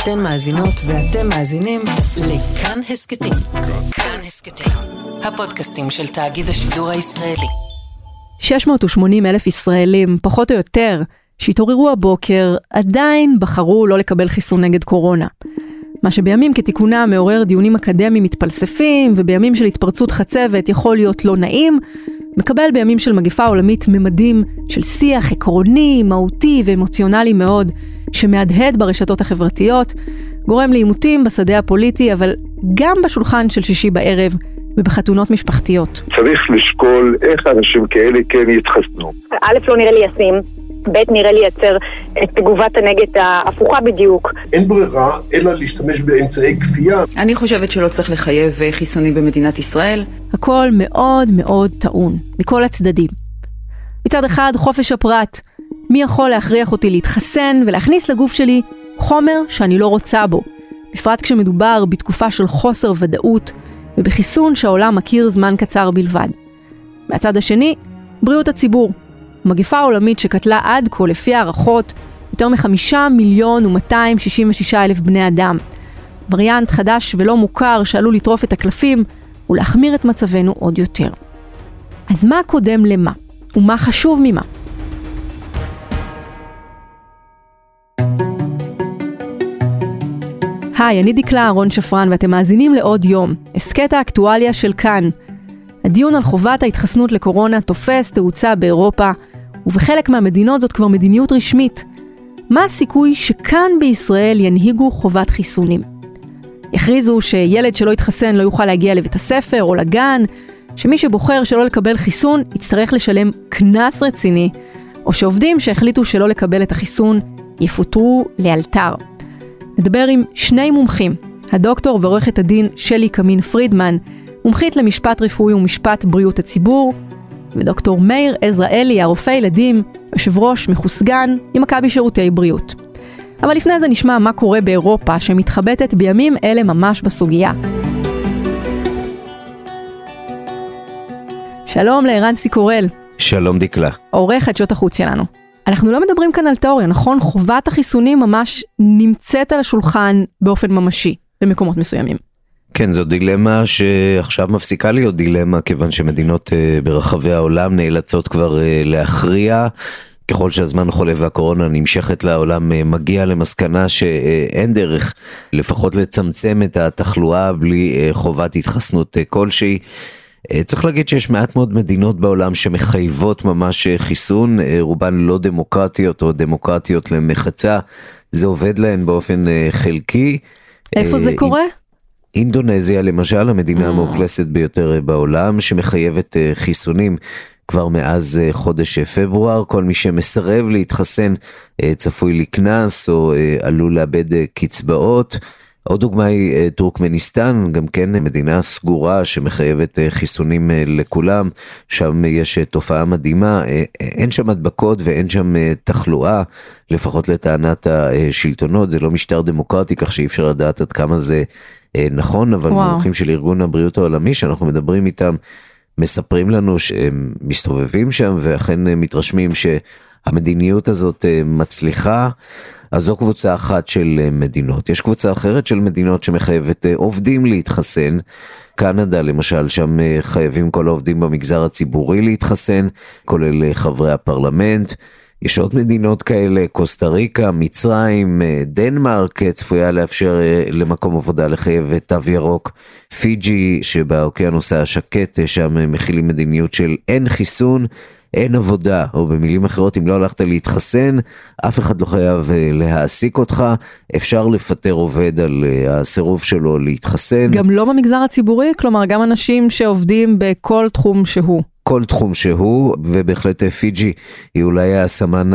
אתן מאזינות ואתם מאזינים לכאן הסקטים. כאן הסקטים, הפודקאסטים של תאגיד השידור הישראלי. 680,000 ישראלים, פחות או יותר, שהתעוררו הבוקר, עדיין בחרו לא לקבל חיסון נגד קורונה. מה שבימים כתיקונה מעורר דיונים אקדמיים מתפלספים, ובימים של התפרצות חצבת יכול להיות לא נעים, מקבל בימים של מגפה עולמית ממדים של שיח עקרוני, מהותי ואמוציונלי מאוד, שמהדהד ברשתות החברתיות, גורם לעימותים בשדה הפוליטי, אבל גם בשולחן של שישי בערב ובחתונות משפחתיות. צריך לשקול איך אנשים כאלה כן יתחסנו. א', לא נראה לי ישים, ב', נראה לי יצר את תגובת הנגד ההפוכה בדיוק. אין ברירה אלא להשתמש באמצעי כפייה. אני חושבת שלא צריך לחייב חיסונים במדינת ישראל. הכל מאוד מאוד טעון, מכל הצדדים. מצד אחד, חופש הפרט. מי יכול להכריח אותי להתחסן ולהכניס לגוף שלי חומר שאני לא רוצה בו, בפרט כשמדובר בתקופה של חוסר ודאות ובחיסון שהעולם מכיר זמן קצר בלבד. מהצד השני, בריאות הציבור. מגפה עולמית שקטלה עד כה לפי הערכות יותר מ5,266,000 בני אדם. וריאנט חדש ולא מוכר שעלול לטרוף את הקלפים ולהחמיר את מצבנו עוד יותר. אז מה קודם למה? ומה חשוב ממה? היי, אני דקלה אהרון שפרן ואתם מאזינים לעוד יום, הסקט האקטואליה של כאן. הדיון על חובת ההתחסנות לקורונה תופס תאוצה באירופה, ובחלק מהמדינות זאת כבר מדיניות רשמית. מה הסיכוי שכאן בישראל ינהיגו חובת חיסונים? הכריזו שילד שלא יתחסן לא יוכל להגיע לבית הספר או לגן, שמי שבוחר שלא לקבל חיסון יצטרך לשלם קנס רציני, או שעובדים שהחליטו שלא לקבל את החיסון יפוטרו לאלתר. נדבר עם שני מומחים, הדוקטור ועורכת הדין שלי קמין פרידמן, מומחית למשפט רפואי ומשפט בריאות הציבור, ודוקטור מאיר עזראלי, הרופא ילדים, יושב ראש מחוסגן ממכבי שירותי בריאות. אבל לפני זה נשמע מה קורה באירופה שמתחבטת בימים אלה ממש בסוגיה. שלום לערנסי קורל. שלום דקלה. עורך חדשות החוץ שלנו. אנחנו לא מדברים כאן על תיאוריה, נכון? חובת החיסונים ממש נמצאת על השולחן באופן ממשי במקומות מסוימים. כן, זו דילמה שעכשיו מפסיקה להיות דילמה, כיוון שמדינות ברחבי העולם נאלצות כבר להכריע. ככל שהזמן חולה והקורונה נמשכת לעולם, מגיע למסקנה שאין דרך לפחות לצמצם את התחלואה בלי חובת התחסנות כלשהי. צריך להגיד שיש מעט מאוד מדינות בעולם שמחייבות ממש חיסון, רובן לא דמוקרטיות או דמוקרטיות למחצה, זה עובד להן באופן חלקי. איפה זה קורה? אינדונזיה למשל, המדינה המאוכלסת ביותר בעולם, שמחייבת חיסונים כבר מאז חודש פברואר. כל מי שמסרב להתחסן צפוי לקנס או עלול לאבד קצבאות. עוד דוגמה היא טורקמניסטן, גם כן מדינה סגורה שמחייבת חיסונים לכולם, שם יש תופעה מדהימה, אין שם הדבקות ואין שם תחלואה, לפחות לטענת השלטונות, זה לא משטר דמוקרטי, כך שאי אפשר לדעת עד כמה זה נכון, אבל מומחים של ארגון הבריאות העולמי שאנחנו מדברים איתם, מספרים לנו שהם מסתובבים שם, ואכן מתרשמים שהמדיניות הזאת מצליחה. אז זו קבוצה אחת של מדינות. יש קבוצה אחרת של מדינות שמחייבת עובדים להתחסן. קנדה למשל, שם חייבים כל העובדים במגזר הציבורי להתחסן, כולל חברי הפרלמנט. יש עוד מדינות כאלה, קוסטה ריקה, מצרים, דנמרק, צפויה לאפשר למקום עבודה לחייב תו ירוק. פיג'י שבאוקיינוס השקט, שם מכילים מדיניות של אין חיסון, אין עבודה, או במילים אחרות, אם לא הלכת להתחסן, אף אחד לא חייב להעסיק אותך, אפשר לפטר עובד על הסירוב שלו להתחסן. גם לא במגזר הציבורי? כלומר, גם אנשים שעובדים בכל תחום שהוא. כל תחום שהוא, ובהחלט פיג'י היא אולי הסמן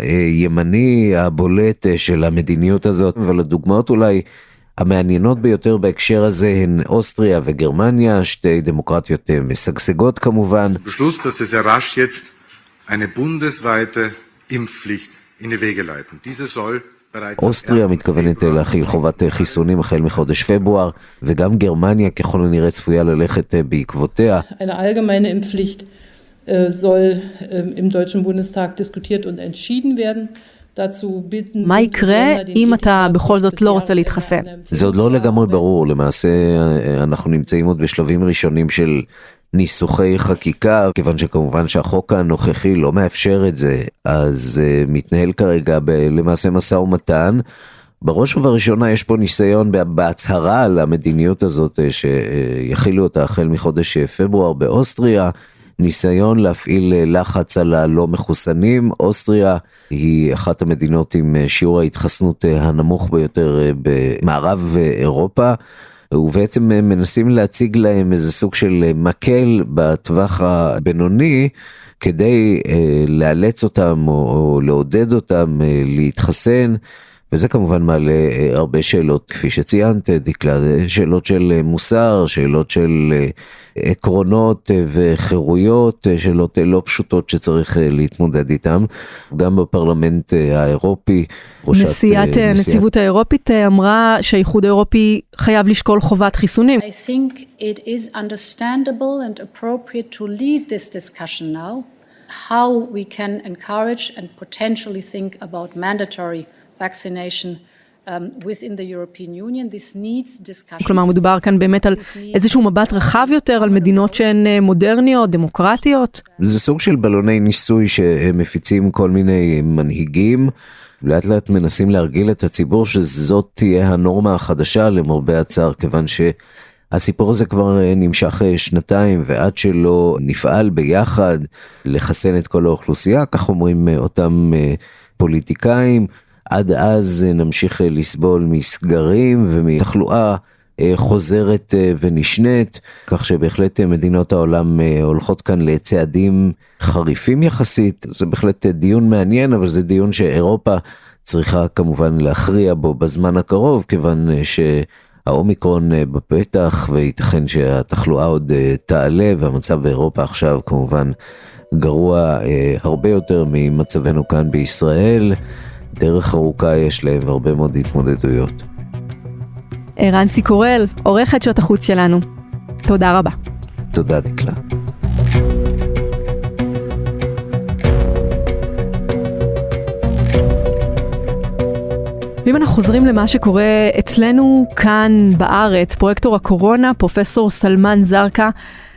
הימני, הבולט של המדיניות הזאת, אבל הדוגמאות אולי המעניינות ביותר בהקשר הזה הן אוסטריה וגרמניה, שתי דמוקרטיות משגשגות כמובן. Beschluss, dass es sehr rasch jetzt eine bundesweite Impfpflicht in die Wege leiten. Diese soll אוסטריה מתכוונת להכיל חובת חיסונים החל מחודש פברואר, וגם גרמניה ככל הנראה צפויה ללכת בעקבותיה. Eine allgemeine Impfpflicht soll im Deutschen Bundestag diskutiert und entschieden werden. מה יקרה אם אתה בכל זאת לא רוצה להתחסן? זה עוד לא לגמרי ברור, למעשה אנחנו נמצאים עוד בשלבים ראשונים של ניסוחי חקיקה, כיוון שכמובן שהחוק הנוכחי לא מאפשר את זה, אז מתנהל כרגע למעשה משא ומתן. בראש ובראשונה יש פה ניסיון בהצהרה על המדיניות הזאת שיחילו אותה החל מחודש פברואר באוסטריה, ניסיון להפעיל לחץ על הלא מחוסנים. אוסטריה היא אחת המדינות עם שיעור ההתחסנות הנמוך ביותר במערב אירופה, ובעצם מנסים להציג להם איזה סוג של מקל בטווח הבינוני, כדי לאלץ אותם או לעודד אותם להתחסן, וזה כמובן מעלה הרבה שאלות, כפי שציינת, דקלה, שאלות של מוסר, שאלות של עקרונות וחירויות, שאלות לא פשוטות שצריך להתמודד איתם. גם בפרלמנט האירופי, נשיאת הנציבות האירופית אמרה שהאיחוד האירופי חייב לשקול חובת חיסונים. I think it is understandable and appropriate to lead this discussion now, how we can encourage and potentially think about mandatory vaccination within the European Union. This needs discussion. כלומר, מדובר כאן באמת על איזשהו מבט רחב יותר על מדינות שהן מודרניות, דמוקרטיות. זה סוג של בלוני ניסוי שמפיצים כל מיני מנהיגים, לאט לאט מנסים להרגיל את הציבור שזאת תהיה הנורמה החדשה, למרבה הצער, כיוון שהסיפור הזה כבר נמשך שנתיים, ועד שלא נפעל ביחד לחסן את כל האוכלוסייה, כך אומרים אותם פוליטיקאים, עד אז נמשיך לסבול מסגרים ומתחלואה חוזרת ונשנית, כך שבהחלט מדינות העולם הולכות כאן לצעדים חריפים יחסית. זה בהחלט דיון מעניין, אבל זה דיון שאירופה צריכה כמובן להכריע בו בזמן הקרוב, כיוון שהאומיקרון בפתח, וייתכן שהתחלואה עוד תעלה, והמצב באירופה עכשיו כמובן גרוע הרבה יותר ממצבנו כאן בישראל. דרך ארוכה יש להם והרבה מאוד התמודדויות. רנסי קורל, עורכת שעות החוץ שלנו. תודה רבה. תודה דקלה. ואם אנחנו חוזרים למה שקורה אצלנו כאן בארץ, פרויקטור הקורונה, פרופסור סלמן זרקה,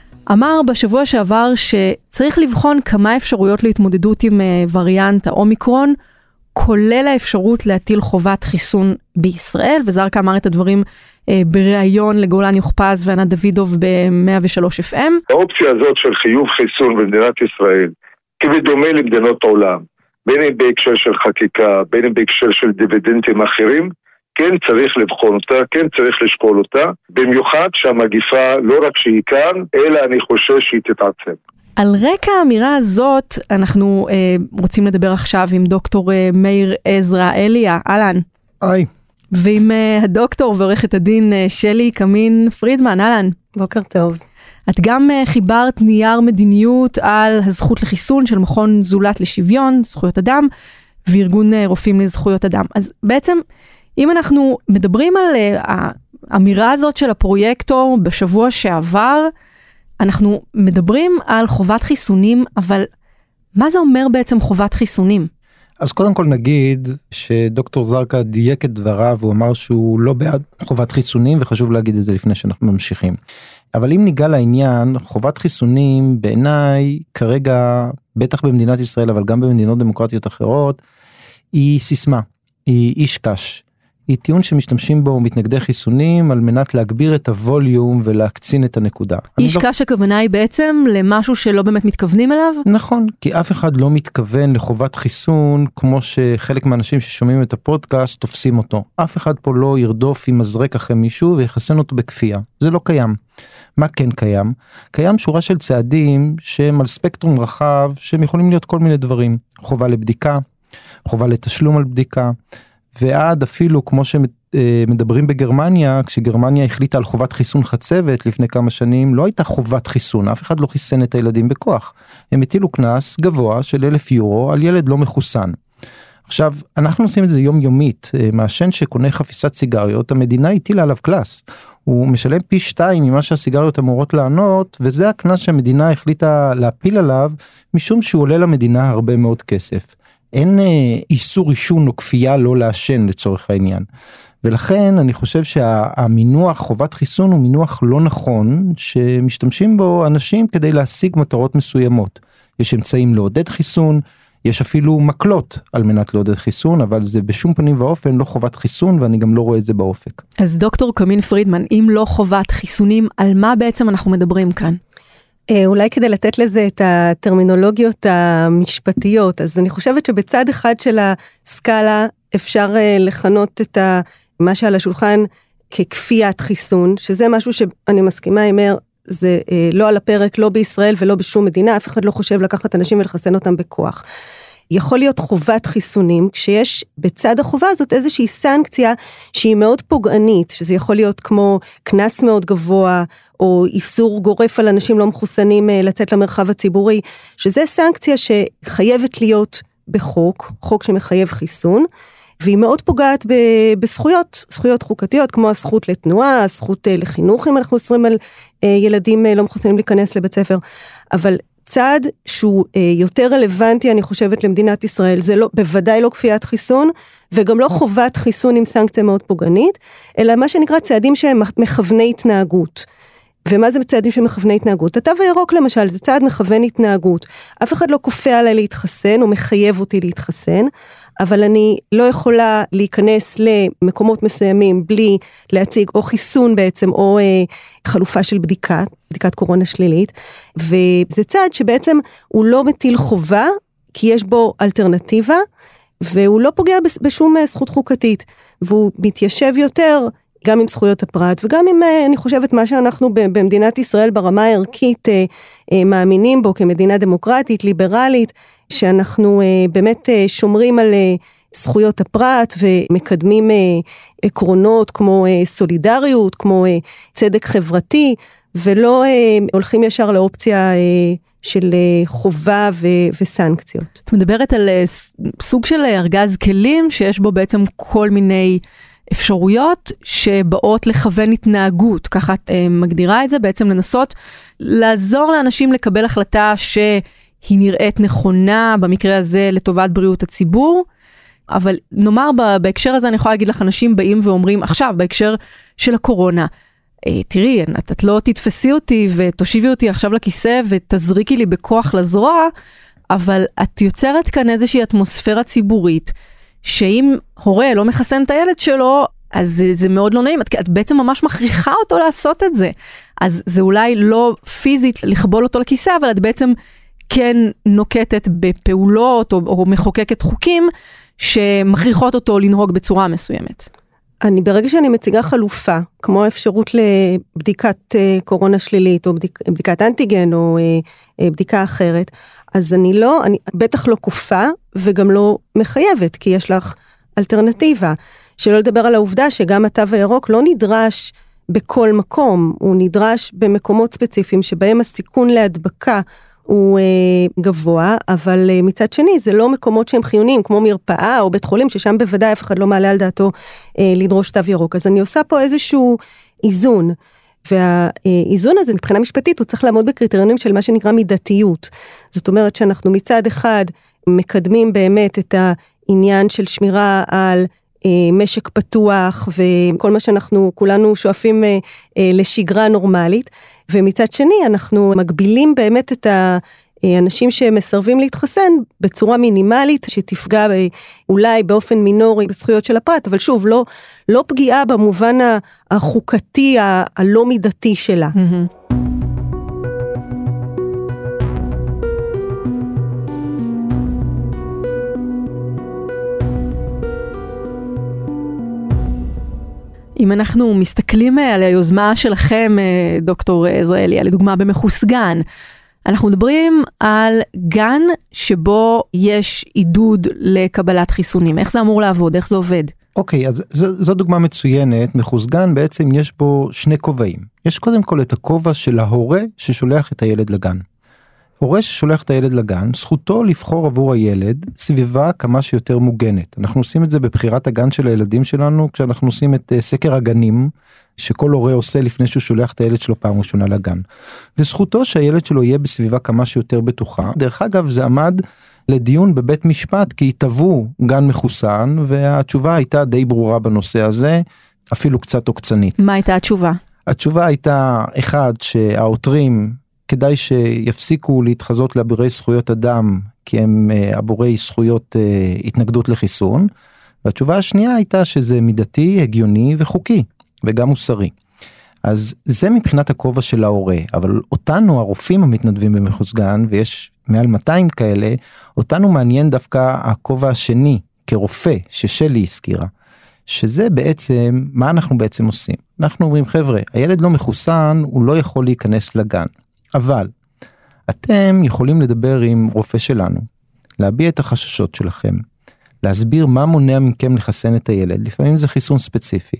אמר בשבוע שעבר שצריך לבחון כמה אפשרויות להתמודדות עם וריאנט האומיקרון, כולל האפשרות להטיל חובת חיסון בישראל, וזרקה אמר את הדברים בריאיון לגולן יוחפז וענת דוידוב ב-103 FM. האופציה הזאת של חיוב חיסון במדינת ישראל, כבדומה למדינות העולם, בין אם בהקשר של חקיקה, בין אם בהקשר של דיבידנדים אחרים, כן צריך לבחון אותה, כן צריך לשקול אותה, במיוחד שהמגיפה לא רק שהיא כאן, אלא אני חושב שהיא תתעצם. על רקע האמירה הזאת, אנחנו רוצים לדבר עכשיו עם דוקטור מאיר עזרא אליה, אהלן. היי. ועם הדוקטור ועורכת הדין שלי קמין פרידמן, אהלן. בוקר טוב. את גם חיברת נייר מדיניות על הזכות לחיסון של מכון זולת לשוויון, זכויות אדם, וארגון רופאים לזכויות אדם. אז בעצם, אם אנחנו מדברים על האמירה הזאת של הפרויקטור בשבוע שעבר, אנחנו מדברים על חובת חיסונים, אבל מה זה אומר בעצם חובת חיסונים? אז קודם כל נגיד שדוקטור זרקה דייק את דבריו, הוא אמר שהוא לא בעד חובת חיסונים, וחשוב להגיד את זה לפני שאנחנו ממשיכים. אבל אם ניגע לעניין, חובת חיסונים בעיניי כרגע, בטח במדינת ישראל, אבל גם במדינות דמוקרטיות אחרות, היא סיסמה, היא איש קש. היא טיעון שמשתמשים בו מתנגדי חיסונים על מנת להגביר את הווליום ולהקצין את הנקודה. איש קש הכוונה היא בעצם למשהו שלא באמת מתכוונים אליו? נכון, כי אף אחד לא מתכוון לחובת חיסון כמו שחלק מהאנשים ששומעים את הפודקאסט תופסים אותו. אף אחד פה לא ירדוף עם מזרק אחרי מישהו ויחסן אותו בכפייה. זה לא קיים. מה כן קיים? קיים שורה של צעדים שהם על ספקטרום רחב שהם יכולים להיות כל מיני דברים. חובה לבדיקה, חובה לתשלום על בדיקה, ועד אפילו כמו שמדברים בגרמניה, כשגרמניה החליטה על חובת חיסון חצבת לפני כמה שנים, לא הייתה חובת חיסון, אף אחד לא חיסן את הילדים בכוח. הם הטילו קנס גבוה של 1,000 יורו על ילד לא מחוסן. עכשיו, אנחנו עושים את זה יומיומית, מעשן שקונה חפיסת סיגריות, המדינה הטילה עליו קלאס. הוא משלם פי 2 ממה שהסיגריות אמורות לענות, וזה הקנס שהמדינה החליטה להפיל עליו, משום שהוא עולה למדינה הרבה מאוד כסף. אין איסור עישון או כפייה לא לעשן לצורך העניין. ולכן אני חושב שהמינוח חובת חיסון הוא מינוח לא נכון, שמשתמשים בו אנשים כדי להשיג מטרות מסוימות. יש אמצעים לעודד חיסון, יש אפילו מקלות על מנת לעודד חיסון, אבל זה בשום פנים ואופן לא חובת חיסון, ואני גם לא רואה את זה באופק. אז דוקטור קמין פרידמן, אם לא חובת חיסונים, על מה בעצם אנחנו מדברים כאן? אולי כדי לתת לזה את הטרמינולוגיות המשפטיות, אז אני חושבת שבצד אחד של הסקאלה אפשר לכנות את מה שעל השולחן ככפיית חיסון, שזה משהו שאני מסכימה עם זה לא על הפרק, לא בישראל ולא בשום מדינה, אף אחד לא חושב לקחת אנשים ולחסן אותם בכוח. יכול להיות חובת חיסונים, כשיש בצד החובה הזאת איזושהי סנקציה שהיא מאוד פוגענית, שזה יכול להיות כמו כנס מאוד גבוה, או איסור גורף על אנשים לא מחוסנים לצאת למרחב הציבורי, שזה סנקציה שחייבת להיות בחוק, חוק שמחייב חיסון, והיא מאוד פוגעת בזכויות חוקתיות, כמו הזכות לתנועה, הזכות לחינוך, אם אנחנו אוסרים על ילדים לא מחוסנים להיכנס לבית ספר, אבל צעד שהוא יותר רלוונטי, אני חושבת, למדינת ישראל, זה לא, בוודאי לא כפיית חיסון, וגם לא חובת חיסון עם סנקציה מאוד פוגענית, אלא מה שנקרא צעדים שהם מכווני התנהגות. ומה זה צעדים שמכווני התנהגות? התו הירוק למשל, זה צעד מכוון התנהגות. אף אחד לא כופה עליי להתחסן, או מחייב אותי להתחסן, אבל אני לא יכולה להיכנס למקומות מסוימים, בלי להציג או חיסון בעצם, או חלופה של בדיקת קורונה שלילית, וזה צעד שבעצם הוא לא מטיל חובה, כי יש בו אלטרנטיבה, והוא לא פוגע בשום זכות חוקתית, והוא מתיישב יותר גם עם זכויות הפרט, וגם עם, אני חושבת, מה שאנחנו במדינת ישראל ברמה הערכית מאמינים בו, כמדינה דמוקרטית, ליברלית, שאנחנו באמת שומרים על זכויות הפרט, ומקדמים עקרונות כמו סולידריות, כמו צדק חברתי, ולא הולכים ישר לאופציה של חובה וסנקציות. את מדברת על סוג של ארגז כלים, שיש בו בעצם כל מיני אפשרויות שבאות לכוון התנהגות, ככה את מגדירה את זה, בעצם לנסות לעזור לאנשים לקבל החלטה שהיא נראית נכונה, במקרה הזה לטובת בריאות הציבור, אבל נאמר בהקשר הזה אני יכולה להגיד לך, אנשים באים ואומרים, עכשיו בהקשר של הקורונה, תראי, את לא תתפסי אותי ותושיבי אותי עכשיו לכיסא ותזריקי לי בכוח לזרוע, אבל את יוצרת כאן איזושהי אטמוספירה ציבורית, שאם הורה לא מחסן את הילד שלו, אז זה מאוד לא נעים, את בעצם ממש מכריחה אותו לעשות את זה, אז זה אולי לא פיזית לכבול אותו לכיסא, אבל את בעצם כן נוקטת בפעולות, או מחוקקת חוקים, שמכריחות אותו לנהוג בצורה מסוימת. ברגע שאני מציגה חלופה, כמו האפשרות לבדיקת קורונה שלילית, או בדיקת אנטיגן, או בדיקה אחרת, אז אני בטח לא כופה, וגם לא מחייבת, כי יש לך אלטרנטיבה. שלא לדבר על העובדה שגם התו הירוק לא נדרש בכל מקום, הוא נדרש במקומות ספציפיים, שבהם הסיכון להדבקה הוא גבוה, אבל מצד שני זה לא מקומות שהם חיוניים, כמו מרפאה או בית חולים, ששם בוודאי אף אחד לא מעלה על דעתו לדרוש תו ירוק. אז אני עושה פה איזשהו איזון, והאיזון הזה מבחינה משפטית הוא צריך לעמוד בקריטריונים של מה שנקרא מידתיות. זאת אומרת שאנחנו מצד אחד מקדמים באמת את העניין של שמירה על משק פתוח וכל מה שאנחנו כולנו שואפים לשגרה נורמלית, ומצד שני אנחנו מגבילים באמת את האנשים שמסרבים להתחסן בצורה מינימלית שתפגע אולי באופן מינורי בזכויות של הפרט, אבל שוב לא פגיעה במובן החוקתי הלא מידתי שלה. אם אנחנו מסתכלים על היוזמה שלכם, דוקטור עזראלי, לדוגמה במחוסגן, אנחנו מדברים על גן שבו יש עידוד לקבלת חיסונים. איך זה אמור לעבוד? איך זה עובד? אוקיי, אז זו דוגמה מצוינת. מחוסגן בעצם יש בו שני כובעים. יש קודם כל את הכובע של ההורה ששולח את הילד לגן. הורה ששולח את הילד לגן, זכותו לבחור עבור הילד סביבה כמה שיותר מוגנת. אנחנו עושים את זה בבחירת הגן של הילדים שלנו, כשאנחנו עושים את סקר הגנים, שכל הורה עושה לפני שהוא שולח את הילד שלו פעם ראשונה לגן. וזכותו שהילד שלו יהיה בסביבה כמה שיותר בטוחה. דרך אגב, זה עמד לדיון בבית משפט כי יתבעו גן מחוסן, והתשובה הייתה די ברורה בנושא הזה, אפילו קצת עוקצנית. מה הייתה התשובה? התשובה הייתה, אחד, שהעותרים כדאי שיפסיקו להתחזות לאבירי זכויות אדם, כי הם אבירי זכויות התנגדות לחיסון, והתשובה השנייה הייתה שזה מידתי, הגיוני וחוקי, וגם מוסרי. אז זה מבחינת הכובע של ההורה, אבל אותנו, הרופאים המתנדבים במחוסגן, ויש מעל 200 כאלה, אותנו מעניין דווקא הכובע השני, כרופא, ששלי הזכירה, שזה בעצם, מה אנחנו בעצם עושים? אנחנו אומרים, חבר'ה, הילד לא מחוסן, הוא לא יכול להיכנס לגן, אבל אתם יכולים לדבר עם רופא שלנו, להביע את החששות שלכם, להסביר מה מונע מכם לחסן את הילד, לפעמים זה חיסון ספציפי,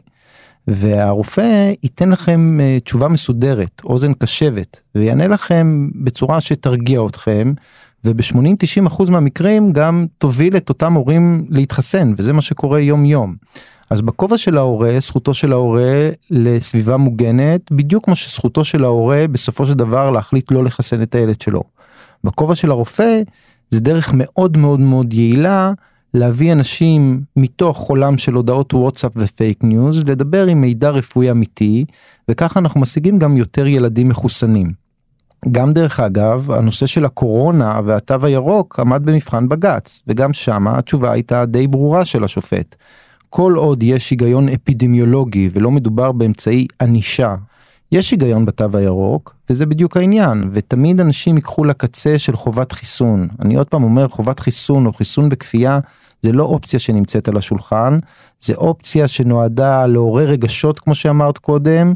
והרופא ייתן לכם תשובה מסודרת, אוזן קשבת, ויענה לכם בצורה שתרגיע אתכם, וב-80-90% מהמקרים גם תוביל את אותם הורים להתחסן, וזה מה שקורה יום יום. אז בכובע של ההורה, זכותו של ההורה לסביבה מוגנת, בדיוק כמו שזכותו של ההורה בסופו של דבר להחליט לא לחסן את הילד שלו. בכובע של הרופא, זה דרך מאוד מאוד מאוד יעילה, להביא אנשים מתוך עולם של הודעות וואטסאפ ופייק ניוז, לדבר עם מידע רפואי אמיתי, וככה אנחנו משיגים גם יותר ילדים מחוסנים. גם דרך אגב, הנושא של הקורונה והתו הירוק עמד במבחן בג"ץ, וגם שמה התשובה הייתה די ברורה של השופט. כל עוד יש היגיון אפידמיולוגי ולא מדובר באמצעי ענישה, יש היגיון בתו הירוק, וזה בדיוק העניין, ותמיד אנשים ייקחו לקצה של חובת חיסון. אני עוד פעם אומר, חובת חיסון או חיסון בכפייה, זה לא אופציה שנמצאת על השולחן, זה אופציה שנועדה לעורר רגשות, כמו שאמרת קודם,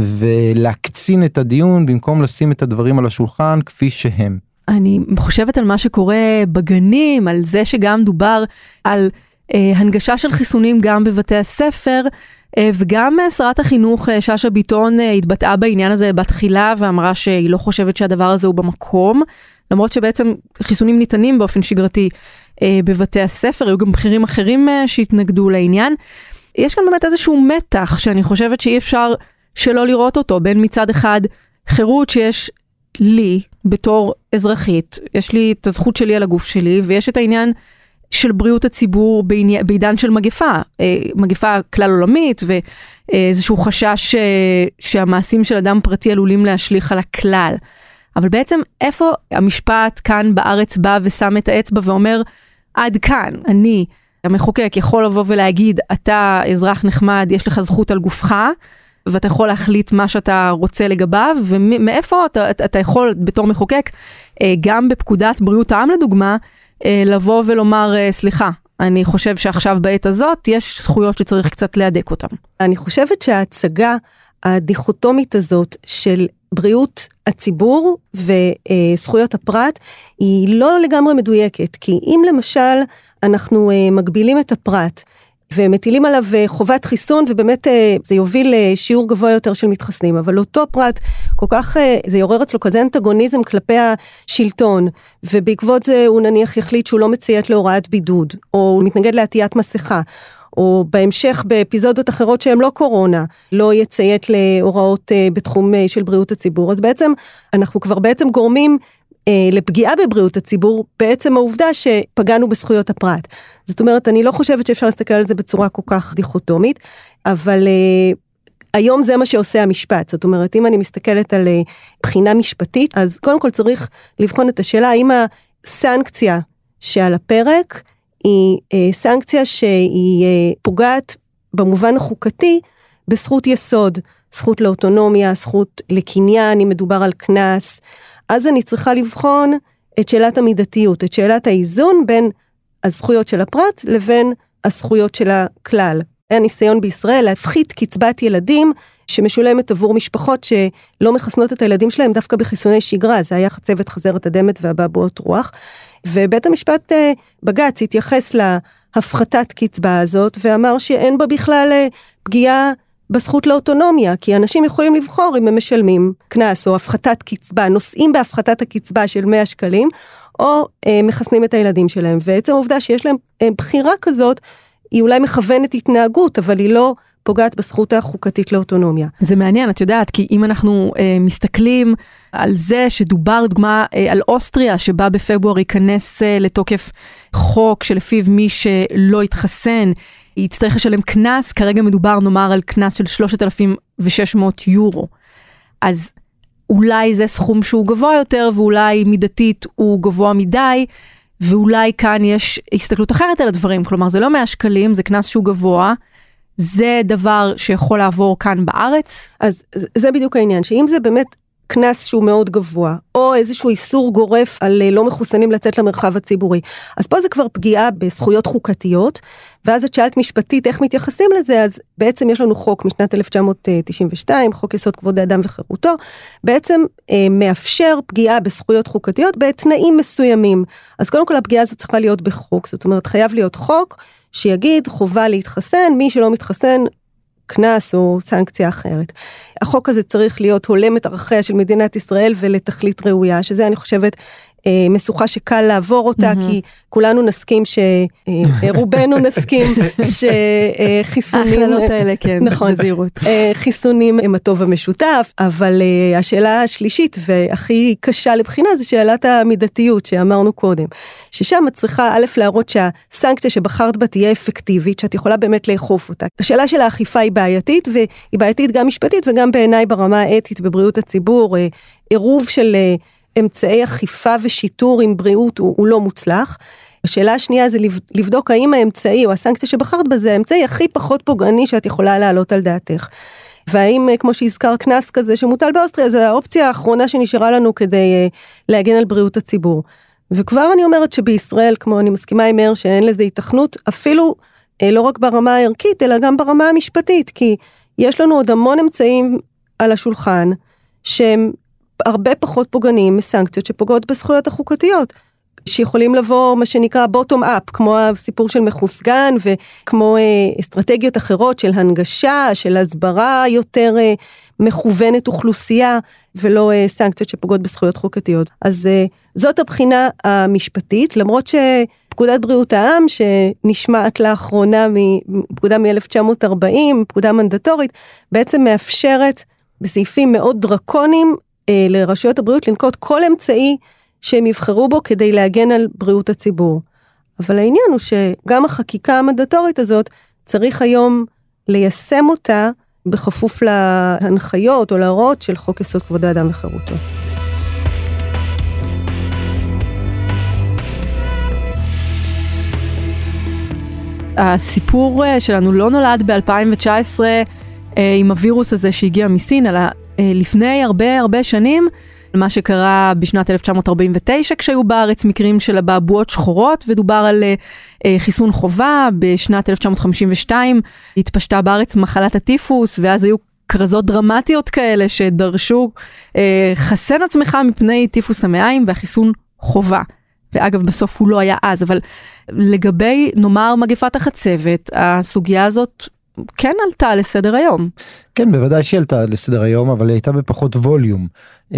ולהקצין את הדיון, במקום לשים את הדברים על השולחן כפי שהם. אני חושבת על מה שקורה בגנים, על זה שגם דובר על הנגשה של חיסונים גם בבתי הספר, וגם שרת החינוך שאשא ביטון התבטאה בעניין הזה בתחילה, ואמרה שהיא לא חושבת שהדבר הזה הוא במקום, למרות שבעצם חיסונים ניתנים באופן שגרתי בבתי הספר, היו גם בכירים אחרים שהתנגדו לעניין. יש כאן באמת איזשהו מתח שאני חושבת שאי אפשר שלא לראות אותו, בין מצד אחד חירות שיש לי בתור אזרחית, יש לי את הזכות שלי על הגוף שלי, ויש את העניין של בריאות הציבור בעידן של מגפה כלל עולמית, ואיזשהו חשש שהמעשים של אדם פרטי עלולים להשליך על הכלל. אבל בעצם איפה המשפט כאן בארץ בא ושם את האצבע ואומר, עד כאן, אני, המחוקק, יכול לבוא ולהגיד, אתה אזרח נחמד, יש לך זכות על גופך, ואתה יכול להחליט מה שאתה רוצה לגביו, ומאיפה אתה יכול בתור מחוקק, גם בפקודת בריאות העם לדוגמה, לבוא ולומר, סליחה, אני חושב שעכשיו בעת הזאת יש זכויות שצריך קצת להדק אותם. אני חושבת שההצגה הדיכוטומית הזאת של בריאות הציבור וזכויות הפרט היא לא לגמרי מדויקת, כי אם למשל אנחנו מגבילים את הפרט ומטילים עליו חובת חיסון, ובאמת זה יוביל לשיעור גבוה יותר של מתחסנים, אבל אותו פרט כל כך, זה יעורר אצלו כזה אנטגוניזם כלפי השלטון, ובעקבות זה הוא נניח יחליט שהוא לא מציית להוראת בידוד, או הוא מתנגד לעטיית מסכה, או בהמשך באפיזודות אחרות שהן לא קורונה, לא יציית להוראות בתחום של בריאות הציבור, אז בעצם אנחנו כבר בעצם גורמים לפגיעה בבריאות הציבור, בעצם העובדה שפגענו בזכויות הפרט. זאת אומרת, אני לא חושבת שאפשר להסתכל על זה בצורה כל כך דיכוטומית, אבל היום זה מה שעושה המשפט. זאת אומרת, אם אני מסתכלת על בחינה משפטית, אז קודם כל צריך לבחון את השאלה, האם הסנקציה שעל הפרק, היא סנקציה שהיא פוגעת במובן החוקתי, בזכות יסוד, זכות לאוטונומיה, זכות לקניין, אם מדובר על כנס, אז אני צריכה לבחון את שאלת המידתיות, את שאלת האיזון בין הזכויות של הפרט לבין הזכויות של הכלל. היה ניסיון בישראל להפחית קצבת ילדים שמשולמת עבור משפחות שלא מחסנות את הילדים שלהם דווקא בחיסוני שגרה, זה היה חצבת חזרת הדמת והבעבועות רוח, ובית המשפט בג"ץ התייחס להפחתת קצבה הזאת ואמר שאין בה בכלל פגיעה בזכות לאוטונומיה, כי אנשים יכולים לבחור אם הם משלמים כנס או הפחתת קצבה, נושאים בהפחתת הקצבה של 100 שקלים, או מחסנים את הילדים שלהם. ועצם העובדה שיש להם בחירה כזאת, היא אולי מכוונת התנהגות, אבל היא לא פוגעת בזכות החוקתית לאוטונומיה. זה מעניין, את יודעת, כי אם אנחנו מסתכלים על זה שדובר, דוגמה, על אוסטריה, שבה בפברואר ייכנס לתוקף חוק שלפיו מי שלא יתחסן, יצטרך לשלם קנס, כרגע מדובר נאמר על קנס של 3,600 יורו. אז אולי זה סכום שהוא גבוה יותר, ואולי מידתית הוא גבוה מדי, ואולי כאן יש הסתכלות אחרת על הדברים, כלומר זה לא 100 שקלים, זה קנס שהוא גבוה, זה דבר שיכול לעבור כאן בארץ? אז זה בדיוק העניין, שאם זה באמת קנס שהוא מאוד גבוה, או איזשהו איסור גורף על לא מחוסנים לצאת למרחב הציבורי, אז פה זה כבר פגיעה בזכויות חוקתיות, ואז את שאלת משפטית איך מתייחסים לזה, אז בעצם יש לנו חוק משנת 1992, חוק יסוד כבוד האדם וחירותו, בעצם מאפשר פגיעה בזכויות חוקתיות בתנאים מסוימים. אז קודם כל הפגיעה הזאת צריכה להיות בחוק, זאת אומרת חייב להיות חוק שיגיד חובה להתחסן, מי שלא מתחסן קנס או סנקציה אחרת. החוק הזה צריך להיות הולם את ערכיה של מדינת ישראל ולתכלית ראויה, שזה אני חושבת משוכה שקל לעבור אותה, כי כולנו נסכים רובנו נסכים שחיסונים, ההכללות האלה, כן, נכון, בזהירות. חיסונים הם הטוב המשותף, אבל השאלה השלישית והכי קשה לבחינה זה שאלת המידתיות שאמרנו קודם, ששם את צריכה א' להראות שהסנקציה שבחרת בה תהיה אפקטיבית, שאת יכולה באמת לאכוף אותה. השאלה של האכיפה היא בעייתית, והיא בעייתית גם משפטית וגם בעיניי ברמה האתית בבריאות הציבור, עירוב של אמצעי אכיפה ושיטור עם בריאות הוא לא מוצלח. השאלה השנייה זה לבדוק האם האמצעי או הסנקציה שבחרת בזה, האמצעי הכי פחות פוגעני שאת יכולה להעלות על דעתך. והאם כמו שהזכר קנס כזה שמוטל באוסטריה, זה האופציה האחרונה שנשארה לנו כדי להגן על בריאות הציבור. וכבר אני אומרת שבישראל, כמו אני מסכימה עם מאיר, שאין לזה התכנות, אפילו לא רק ברמה הערכית, אלא גם ברמה המשפטית, כי יש לנו עוד המון אמצעים על השולחן, שהם הרבה פחות פוגעניים מסנקציות שפוגעות בזכויות החוקתיות, שיכולים לבוא מה שנקרא bottom up, כמו הסיפור של מחוסגן, וכמו אסטרטגיות אחרות של הנגשה, של הסברה יותר מכוונת אוכלוסייה, ולא סנקציות שפוגעות בזכויות חוקתיות. אז זאת הבחינה המשפטית, למרות שפקודת בריאות העם, שנשמעת לאחרונה מפקודה מ-1940, פקודה מנדטורית, בעצם מאפשרת בסעיפים מאוד דרקוניים, לרשויות הבריאות לנקוט כל אמצעי שהם יבחרו בו כדי להגן על בריאות הציבור. אבל העניין הוא שגם החקיקה המנדטורית הזאת צריך היום ליישם אותה בכפוף להנחיות או להוראות של חוק יסוד כבוד האדם וחירותו. הסיפור שלנו לא נולד ב-2019 עם הווירוס הזה שהגיע מסין, אלא לפני הרבה שנים, מה שקרה בשנת 1949, כשהיו בארץ מקרים של אבעבועות שחורות, ודובר על חיסון חובה. בשנת 1952 התפשטה בארץ מחלת הטיפוס, ואז היו כרזות דרמטיות כאלה שדרשו חסן עצמך מפני טיפוס המעיים, והחיסון חובה. ואגב, בסוף הוא לא היה אז, אבל לגבי, נאמר, מגפת החצבת, הסוגיה הזאת כן עלתה לסדר היום. כן, בוודאי שהיא עלתה לסדר היום, אבל היא הייתה בפחות ווליום.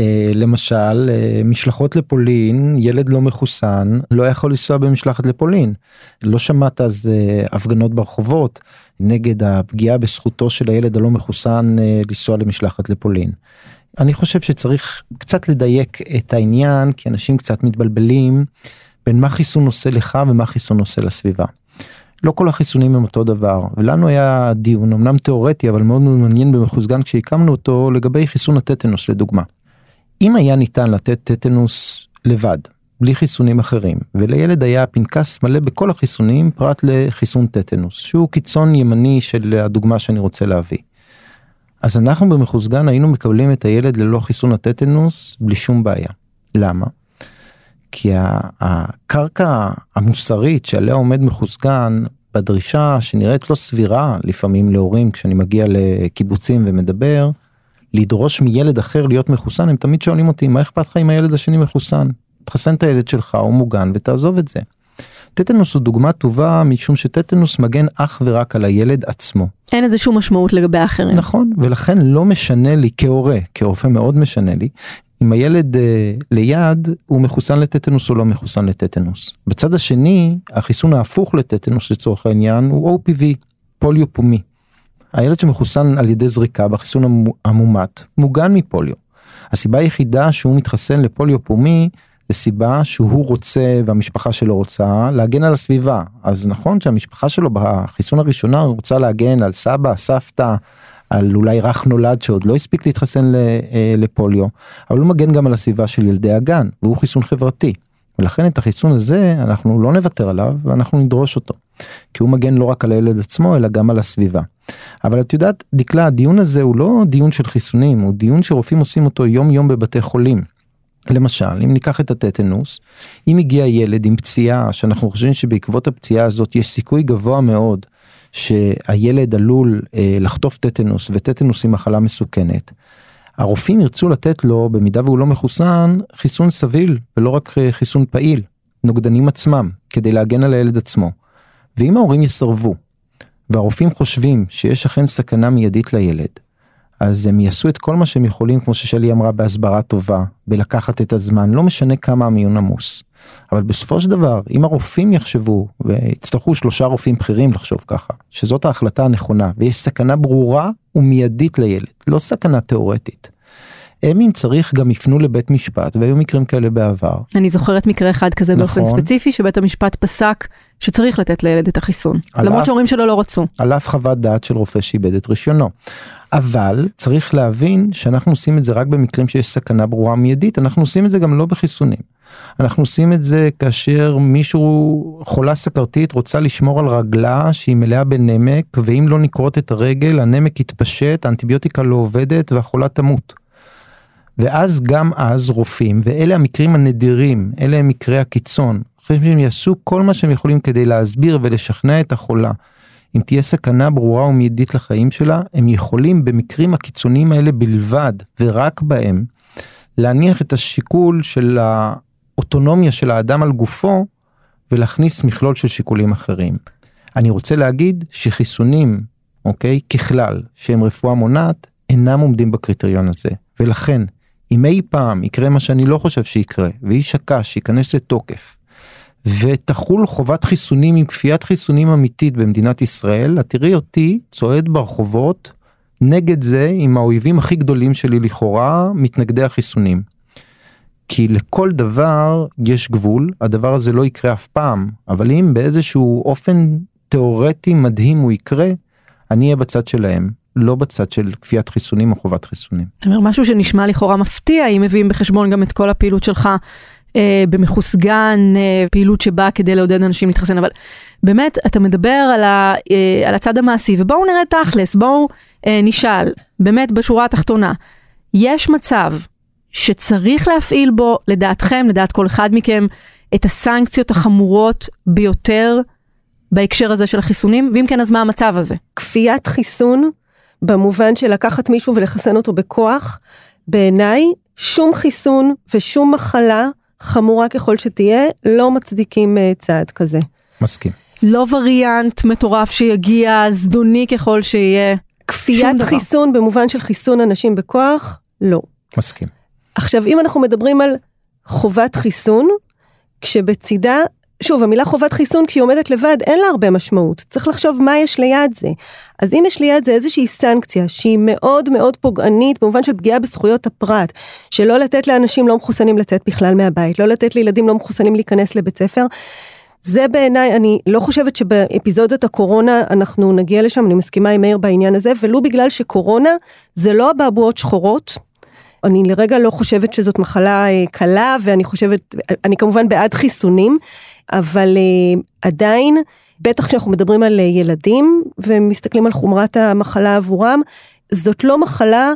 למשל, משלחות לפולין, ילד לא מחוסן, לא יכול לנסוע במשלחת לפולין. לא שמעת אז הפגנות ברחובות, נגד הפגיעה בזכותו של הילד הלא מחוסן לנסוע למשלחת לפולין. אני חושב שצריך קצת לדייק את העניין, כי אנשים קצת מתבלבלים, בין מה חיסון עושה לך ומה חיסון עושה לסביבה. לא כל החיסונים הם אותו דבר, ולנו היה דיון, אמנם תיאורטי, אבל מאוד מעניין במחוסגן כשהקמנו אותו, לגבי חיסון הטטנוס לדוגמה. אם היה ניתן לתת טטנוס לבד, בלי חיסונים אחרים, ולילד היה פנקס מלא בכל החיסונים, פרט לחיסון טטנוס, שהוא קיצון ימני של הדוגמה שאני רוצה להביא. אז אנחנו במחוסגן היינו מקבלים את הילד ללא חיסון הטטנוס, בלי שום בעיה. למה? כי הקרקע המוסרית שעליה עומד מחוסגן, בדרישה שנראית לא סבירה, לפעמים להורים, כשאני מגיע לקיבוצים ומדבר, לדרוש מילד אחר להיות מחוסן, הם תמיד שואלים אותי, מה אכפת לך אם הילד השני מחוסן? תחסן את הילד שלך, הוא מוגן, ותעזוב את זה. טטנוס הוא דוגמה טובה, משום שטטנוס מגן אך ורק על הילד עצמו. אין איזה שום משמעות לגבי האחרים. נכון, ולכן לא משנה לי כהורה, כרופא מאוד משנה לי, אם הילד ליד הוא מחוסן לטטנוס או לא מחוסן לטטנוס. בצד השני, החיסון ההפוך לטטנוס לצורך העניין הוא OPV, פוליו פומי. הילד שמחוסן על ידי זריקה בחיסון המומת, מוגן מפוליו. הסיבה היחידה שהוא מתחסן לפוליו פומי, זה סיבה שהוא רוצה והמשפחה שלו רוצה להגן על הסביבה. אז נכון שהמשפחה שלו בחיסון הראשונה רוצה להגן על סבא, סבתא, על אולי רך נולד שעוד לא הספיק להתחסן לפוליו, אבל הוא מגן גם על הסביבה של ילדי הגן, והוא חיסון חברתי. ולכן את החיסון הזה אנחנו לא נוותר עליו, ואנחנו נדרוש אותו. כי הוא מגן לא רק על הילד עצמו, אלא גם על הסביבה. אבל את יודעת, דקלה, הדיון הזה הוא לא דיון של חיסונים, הוא דיון שרופאים עושים אותו יום יום בבתי חולים. למשל, אם ניקח את הטטנוס, אם הגיע ילד עם פציעה, שאנחנו חושבים שבעקבות הפציעה הזאת יש סיכוי גבוה מאוד, שהילד עלול לחטוף טטנוס, וטטנוס היא מחלה מסוכנת, הרופאים ירצו לתת לו, במידה והוא לא מחוסן, חיסון סביל, ולא רק חיסון פעיל, נוגדנים עצמם, כדי להגן על הילד עצמו. ואם ההורים יסרבו, והרופאים חושבים שיש אכן סכנה מיידית לילד, אז הם יעשו את כל מה שהם יכולים, כמו ששלי אמרה, בהסברה טובה, בלקחת את הזמן, לא משנה כמה המיון עמוס. אבל בסופו של דבר, אם הרופאים יחשבו, והצטרכו 3 רופאים בכירים לחשוב ככה, שזאת ההחלטה הנכונה, ויש סכנה ברורה ומיידית לילד, לא סכנה תיאורטית. הם אם צריך גם יפנו לבית משפט, והיו מקרים כאלה בעבר. אני זוכרת מקרה אחד כזה באופן ספציפי, שבית המשפט פסק שצריך לתת לילד את החיסון. למרות שההורים שלו לא רצו. על אף חוות דעת של רופא שאיבד את רישיונו. אבל צריך להבין שאנחנו עושים את זה רק במקרים שיש סכנה ברורה מיידית, אנחנו עושים את זה גם לא בחיסונים. אנחנו עושים את זה כאשר מישהו חולה סכרתית רוצה לשמור על רגלה שהיא מלאה בנמק, ואם לא נקרות את הרגל, הנמק יתפשט, האנטיביוטיקה לא עובדת והחולה תמות. ואז גם אז רופאים, ואלה המקרים הנדירים, אלה הם מקרי הקיצון, חושבים שהם יעשו כל מה שהם יכולים כדי להסביר ולשכנע את החולה. אם תהיה סכנה ברורה ומיידית לחיים שלה, הם יכולים במקרים הקיצוניים האלה בלבד, ורק בהם, להניח את השיקול של האוטונומיה של האדם על גופו, ולהכניס מכלול של שיקולים אחרים. אני רוצה להגיד שחיסונים, אוקיי, ככלל, שהם רפואה מונעת, אינם עומדים בקריטריון הזה. ולכן, אם אי פעם יקרה מה שאני לא חושב שיקרה, ואיש הקש ייכנס לתוקף, ותחול חובת חיסונים עם כפיית חיסונים אמיתית במדינת ישראל, תראי אותי צועד ברחובות נגד זה עם האויבים הכי גדולים שלי לכאורה, מתנגדי החיסונים. כי לכל דבר יש גבול, הדבר הזה לא יקרה אף פעם, אבל אם באיזשהו אופן תיאורטי מדהים הוא יקרה, אני אהיה בצד שלהם, לא בצד של כפיית חיסונים או חובת חיסונים. זאת אומרת, משהו שנשמע לכאורה מפתיע, אם מביאים בחשבון גם את כל הפעילות שלך, במחוס גן, פעילות שבאה כדי לעודד אנשים להתחסן, אבל באמת אתה מדבר על הצד המעשי, ובואו נראה תכלס, בואו נשאל, באמת בשורה התחתונה, יש מצב שצריך להפעיל בו, לדעתכם, לדעת כל אחד מכם, את הסנקציות החמורות ביותר בהקשר הזה של החיסונים, ואם כן, אז מה המצב הזה? כפיית חיסון, במובן של לקחת מישהו ולחסן אותו בכוח, בעיניי, שום חיסון ושום מחלה, חמורה ככל שתהיה, לא מצדיקים צעד כזה. מסכים. לא וריאנט מטורף שיגיע, זדוני ככל שיהיה. כפיית חיסון במובן של חיסון אנשים בכוח, לא. מסכים. עכשיו, אם אנחנו מדברים על חובת חיסון, כשבצידה, שוב, המילה חובת חיסון, כשהיא עומדת לבד, אין לה הרבה משמעות. צריך לחשוב מה יש ליד זה. אז אם יש ליד זה איזושהי סנקציה, שהיא מאוד מאוד פוגענית, במובן של פגיעה בזכויות הפרט, שלא לתת לאנשים לא מחוסנים לצאת בכלל מהבית, לא לתת לילדים לא מחוסנים להיכנס לבית ספר, זה בעיניי, אני לא חושבת שבאפיזודות הקורונה אנחנו נגיע לשם, אני מסכימה עם מאיר בעניין הזה, ולא בגלל שקורונה זה לא הבעבועות שחורות, אני לרגע לא חושבת שזאת מחלה קלה, ואני חושבת, אני כמובן בעד חיסונים, אבל עדיין, בטח כשאנחנו מדברים על ילדים, ומסתכלים על חומרת המחלה עבורם, זאת לא מחלה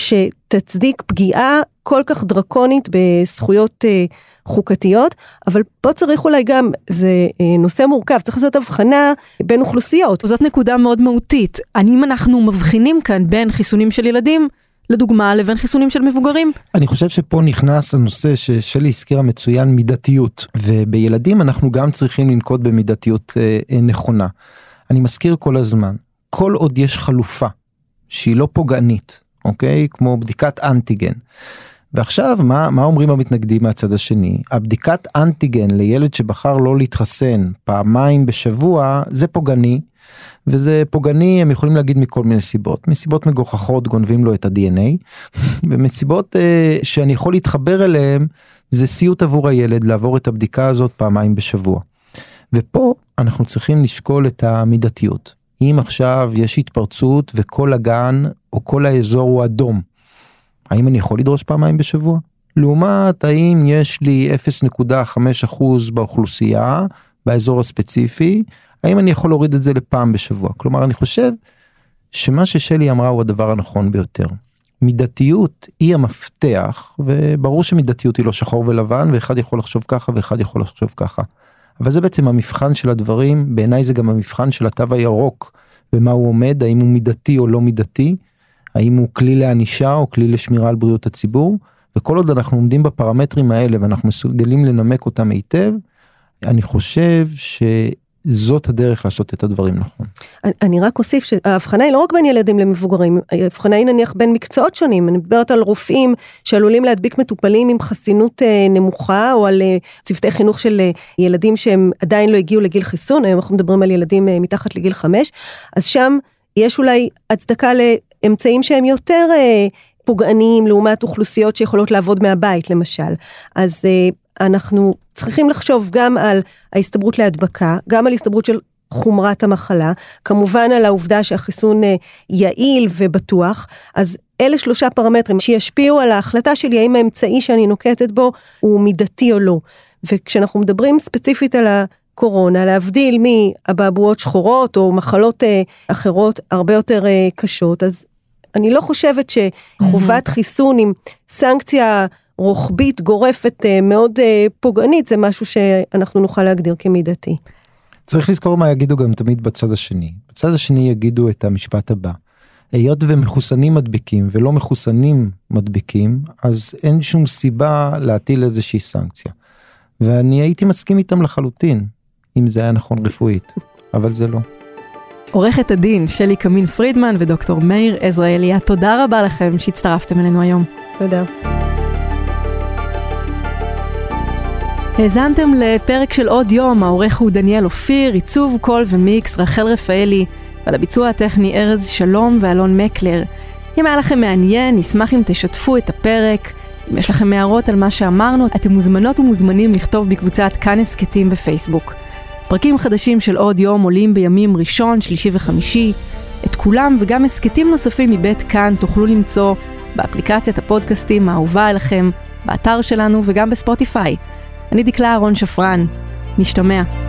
שתצדיק פגיעה כל כך דרקונית בזכויות חוקתיות, אבל פה צריך אולי גם, זה נושא מורכב, צריך לעשות הבחנה בין אוכלוסיות. זאת נקודה מאוד מהותית. אם אנחנו מבחינים כאן בין חיסונים של ילדים, לדוגמה, לבין חיסונים של מבוגרים. אני חושב שפה נכנס הנושא ששלי הזכירה מצוין מידתיות, ובילדים אנחנו גם צריכים לנקוט במידתיות נכונה. אני מזכיר כל הזמן, כל עוד יש חלופה שהיא לא פוגענית, אוקיי? כמו בדיקת אנטיגן, ועכשיו, מה אומרים המתנגדים מהצד השני? הבדיקת אנטיגן לילד שבחר לא להתחסן פעמיים בשבוע, זה פוגעני, וזה פוגעני, הם יכולים להגיד מכל מיני סיבות. מסיבות מגוחכות גונבים לו את ה-DNA, ומסיבות שאני יכול להתחבר אליהם, זה סיוט עבור הילד לעבור את הבדיקה הזאת פעמיים בשבוע. ופה אנחנו צריכים לשקול את המידתיות. אם עכשיו יש התפרצות וכל הגן או כל האזור הוא אדום, האם אני יכול לדרוש פעמיים בשבוע? לעומת האם יש לי 0.5% באוכלוסייה, באזור הספציפי, האם אני יכול להוריד את זה לפעם בשבוע? כלומר, אני חושב שמה ששלי אמרה הוא הדבר הנכון ביותר. מידתיות היא המפתח, וברור שמידתיות היא לא שחור ולבן, ואחד יכול לחשוב ככה ואחד יכול לחשוב ככה. אבל זה בעצם המבחן של הדברים, בעיניי זה גם המבחן של התו הירוק, ומה הוא עומד, האם הוא מידתי או לא מידתי, האם הוא כלי לענישה או כלי לשמירה על בריאות הציבור, וכל עוד אנחנו עומדים בפרמטרים האלה, ואנחנו מסוגלים לנמק אותם היטב, אני חושב שזאת הדרך לעשות את הדברים נכון. אני רק אוסיף שההבחנה היא לא רק בין ילדים למבוגרים, ההבחנה היא נניח בין מקצועות שונים, אני מדברת על רופאים שעלולים להדביק מטופלים עם חסינות נמוכה, או על צוותי חינוך של ילדים שהם עדיין לא הגיעו לגיל חיסון, היום אנחנו מדברים על ילדים מתחת לגיל 5, אז שם יש אולי הצדקה לאמצעים שהם יותר פוגעניים, לעומת אוכלוסיות שיכולות לעבוד מהבית למשל, אז אנחנו צריכים לחשוב גם על ההסתברות להדבקה, גם על הסתברות של חומרת המחלה, כמובן על העובדה שהחיסון יעיל ובטוח, אז אלה 3 פרמטרים שישפיעו על ההחלטה שלי, האם האמצעי שאני נוקטת בו הוא מידתי או לא. וכשאנחנו מדברים ספציפית על הקורונה, להבדיל מאבעבועות שחורות או מחלות אחרות הרבה יותר קשות, אז אני לא חושבת שחובת חיסון עם סנקציה רוחבית, גורפת, מאוד פוגענית, זה משהו שאנחנו נוכל להגדיר כמידתי. צריך לזכור מה יגידו גם תמיד בצד השני. בצד השני יגידו את המשפט הבא. היות ומחוסנים מדביקים ולא מחוסנים מדביקים, אז אין שום סיבה להטיל איזושהי סנקציה. ואני הייתי מסכים איתם לחלוטין, אם זה היה נכון רפואית, אבל זה לא. עורכת הדין שלי קמין פרידמן ודוקטור מאיר עזרא אליה, תודה רבה לכם שהצטרפתם אלינו היום. תודה. האזנתם לפרק של עוד יום, העורך הוא דניאל אופיר, עיצוב קול ומיקס רחל רפאלי, ועל הביצוע הטכני ארז שלום ואלון מקלר. אם היה לכם מעניין, נשמח אם תשתפו את הפרק. אם יש לכם הערות על מה שאמרנו, אתם מוזמנות ומוזמנים לכתוב בקבוצת כאן הסקטים בפייסבוק. פרקים חדשים של עוד יום עולים בימים ראשון, שלישי וחמישי. את כולם וגם הסקטים נוספים מבית כאן תוכלו למצוא באפליקציית הפודקאסטים האהובה אליכם, באתר שלנו וגם בספוטיפיי. אני דקלה אהרון שפרן. נשתמע.